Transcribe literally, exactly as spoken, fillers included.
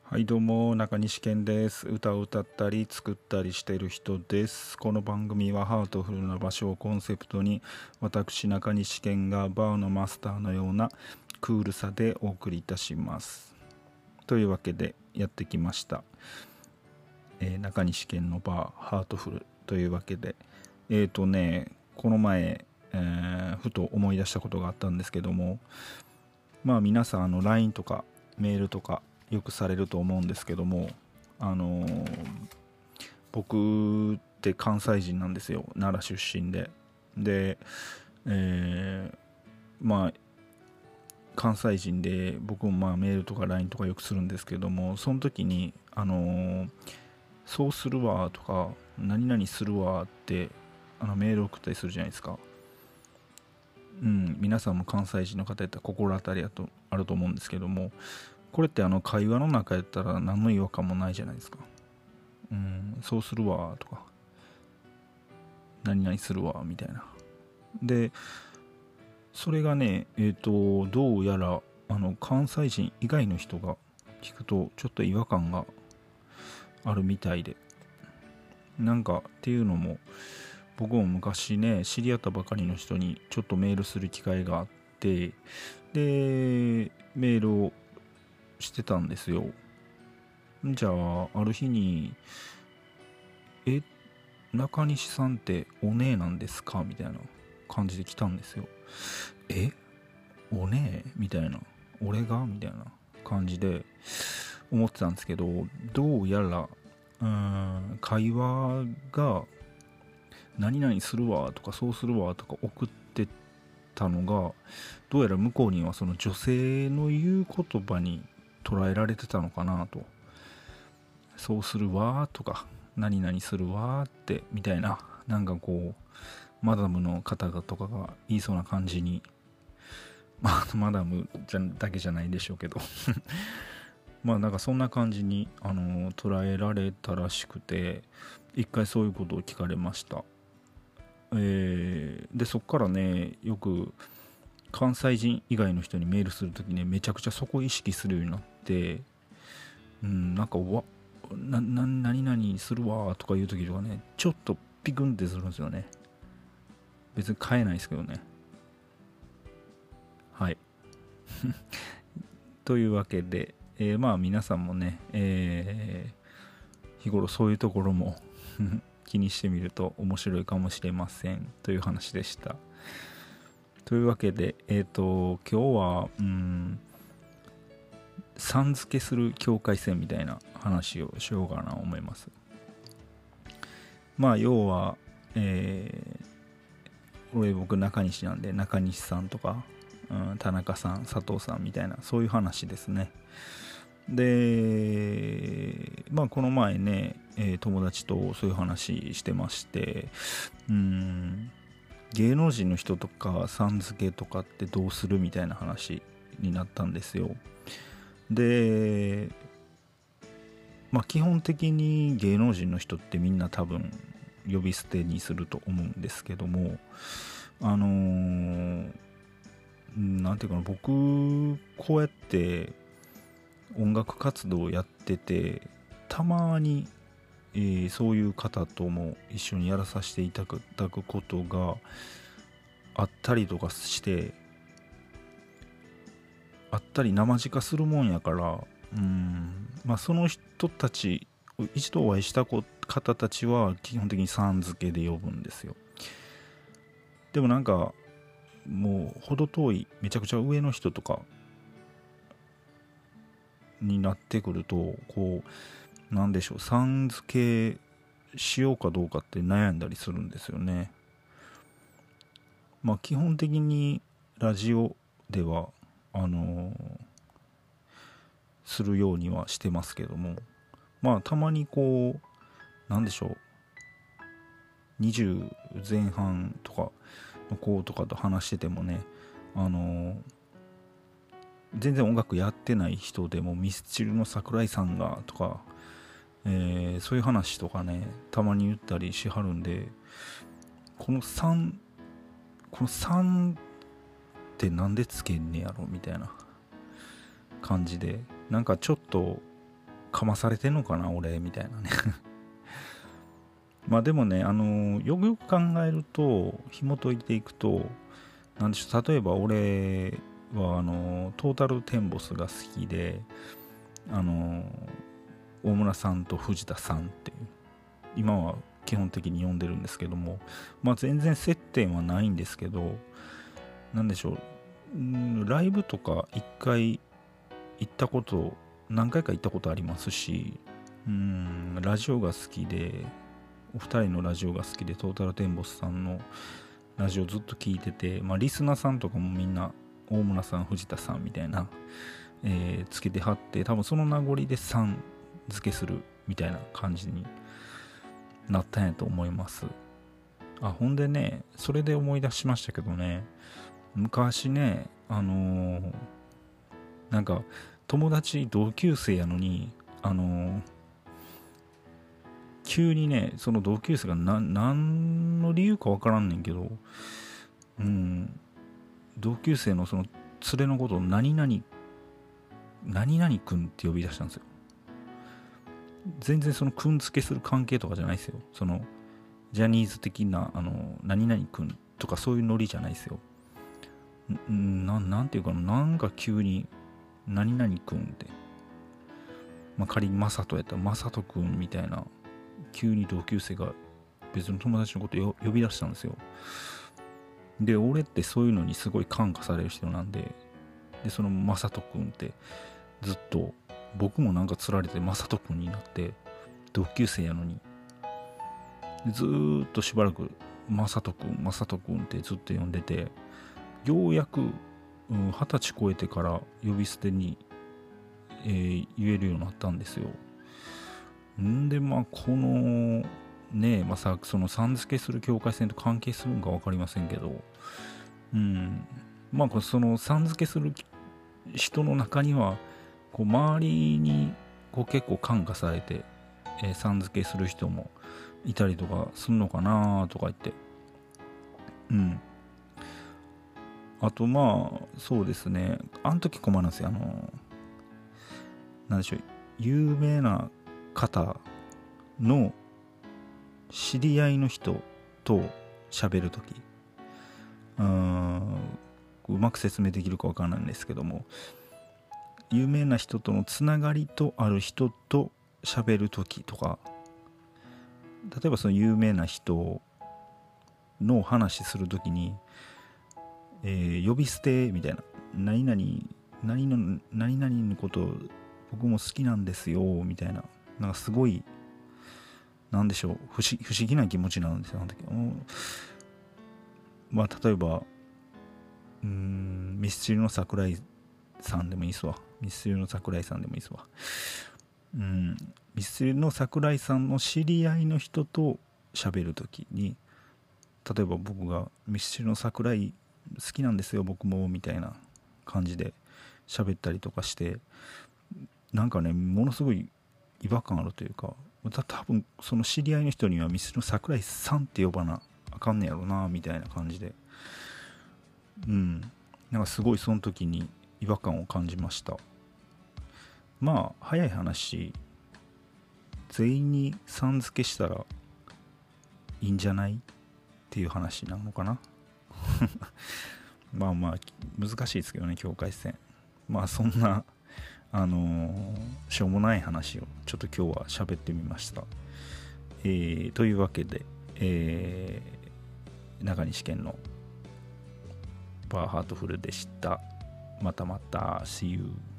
はいどうも、中西健です。歌を歌ったり作ったりしている人です。この番組はハートフルな場所をコンセプトに、私中西健がバーのマスターのようなクールさでお送りいたします。というわけでやってきました、えー中西健のバーハートフルというわけで、えーとねこの前、えーふと思い出したことがあったんですけども、まあ皆さんあの ライン とかメールとかよくされると思うんですけども、あのー僕って関西人なんですよ。奈良出身で。で、えーまあ関西人で僕もまあメールとか ライン とかよくするんですけども、その時にあのーそうするわとか何々するわってあのメール送ったりするじゃないですか。うん、皆さんも関西人の方やったら心当たりやとあると思うんですけども、これってあの会話の中やったら何の違和感もないじゃないですか。うん、そうするわとか何々するわみたいな。でそれがねえっ、とどうやらあの関西人以外の人が聞くとちょっと違和感があるみたいで、なんかっていうのも僕も昔ね知り合ったばかりの人にちょっとメールする機会があって、でメールをしてたんですよ。じゃあある日にえ中西さんってお姉なんですかみたいな感じで来たんですよ。えお姉みたいな、俺がみたいな感じで思ってたんですけど、どうやらうーん会話が何々するわとかそうするわとか送ってたのが、どうやら向こうにはその女性の言う言葉に捉えられてたのかなと。そうするわとか何々するわってみたいな、なんかこうマダムの方々とかが言いそうな感じに、まあマダムじゃだけじゃないでしょうけどまあなんかそんな感じにあの捉えられたらしくて、一回そういうことを聞かれました。えーでそっからねよく関西人以外の人にメールするときね、めちゃくちゃそこを意識するようになって、うん、なんかわなな何々するわとか言う時とかね、ちょっとピクンってするんですよね。別に変えないですけどね。はいというわけで、えーまあ皆さんもね、えー日頃そういうところも気にしてみると面白いかもしれませんという話でした。というわけで、えっ、と今日はうんさん付けする境界線みたいな話をしようかなと思います。まあ要は、えー、俺僕中西なんで中西さんとか、うん、田中さん佐藤さんみたいなそういう話ですね。でまあこの前ね、えー友達とそういう話してまして、うん芸能人の人とかさん付けとかってどうするみたいな話になったんですよ。でまあ基本的に芸能人の人ってみんな多分呼び捨てにすると思うんですけども、あのーなんていうかな、僕こうやって音楽活動をやってて、たまに、えーそういう方とも一緒にやらさせていただくことがあったりとかして、あったり生近するもんやから、うん、まあその人たち、一度お会いした方たちは基本的にさん付けで呼ぶんですよ。でもなんかもう程遠いめちゃくちゃ上の人とかになってくると、こうなんでしょう、さん付けしようかどうかって悩んだりするんですよね。まあ基本的にラジオではあのーするようにはしてますけども、まあたまにこうなんでしょう、にじゅう前半とかの子とかと話しててもね、あのー全然音楽やってない人でもミスチルの桜井さんがとか、えーそういう話とかねたまに言ったりしはるんで、このさんこのさんってなんでつけんねやろみたいな感じで、なんかちょっとかまされてんのかな俺みたいなねまあでもね、あのよくよく考えると、紐解いていくと、なんでしょう、例えば俺はあのトータルテンボスが好きで、あの大村さんと藤田さんっていう今は基本的に呼んでるんですけども、まあ全然接点はないんですけど、なんでしょう、んライブとか一回行ったこと何回か行ったことありますし、うんラジオが好きで、お二人のラジオが好きで、トータルテンボスさんのラジオずっと聞いてて、まあ、リスナーさんとかもみんな大村さん藤田さんみたいな、えー、つけてはって、多分その名残でさん付けするみたいな感じになったんやと思います。あ、ほんでね、それで思い出しましたけどね、昔ね、あのー、なんか友達同級生やのに、あのー急にね、その同級生がな何の理由かわからんねんけど、うん、同級生のその連れのことを何々何々くんって呼び出したんですよ。全然そのくん付けする関係とかじゃないですよ。そのジャニーズ的なあの何々くんとかそういうノリじゃないですよ。んななんていうかな、なんか急に何々くんって、まあ、仮にマサトやったらマサトくんみたいな、急に同級生が別の友達のことを呼び出したんですよ。で、俺ってそういうのにすごい感化される人なんで、でそのマサトくんってずっと僕もなんか釣られてマサトくんになって、同級生やのにずーっとしばらくマサトくんマサトくんってずっと呼んでて、ようやく二十歳超えてから呼び捨てに、えー、言えるようになったんですよ。んでまあこのねまあさそのさん付けする境界線と関係するんか分かりませんけど、うんまあそのさん付けする人の中にはこう周りにこう結構感化されて、えー、さん付けする人もいたりとかするのかなとか言って、うんあとまあそうですね、あの時困るんですよ。あのなんでしょう、有名な方の知り合いの人と喋るとき、うーんうまく説明できるかわからないんですけども、有名な人とのつながりとある人と喋るときとか、例えばその有名な人の話するときに、えー、呼び捨てみたいな、何々何々何々のこと僕も好きなんですよみたいな、なんかすごいなんでしょう、不思、不思議な気持ちなんですよ。あの時まあ例えばうーんミスチルの桜井さんでもいいっすわ。ミスチルの桜井さんでもいいっすわ。うんミスチルの桜井さんの知り合いの人と喋るときに、例えば僕がミスチルの桜井好きなんですよ僕もみたいな感じで喋ったりとかして、なんかねものすごい違和感あるというか、多分その知り合いの人にはミスチルの桜井さんって呼ばなあかんねやろなみたいな感じで、うんなんかすごいその時に違和感を感じました。まあ早い話、全員にさん付けしたらいいんじゃないっていう話なのかなまあまあ難しいですけどね境界線。まあそんなあのー、しょうもない話をちょっと今日は喋ってみました。えー、というわけで、えー、中西健のバーハートフルでした。またまた See you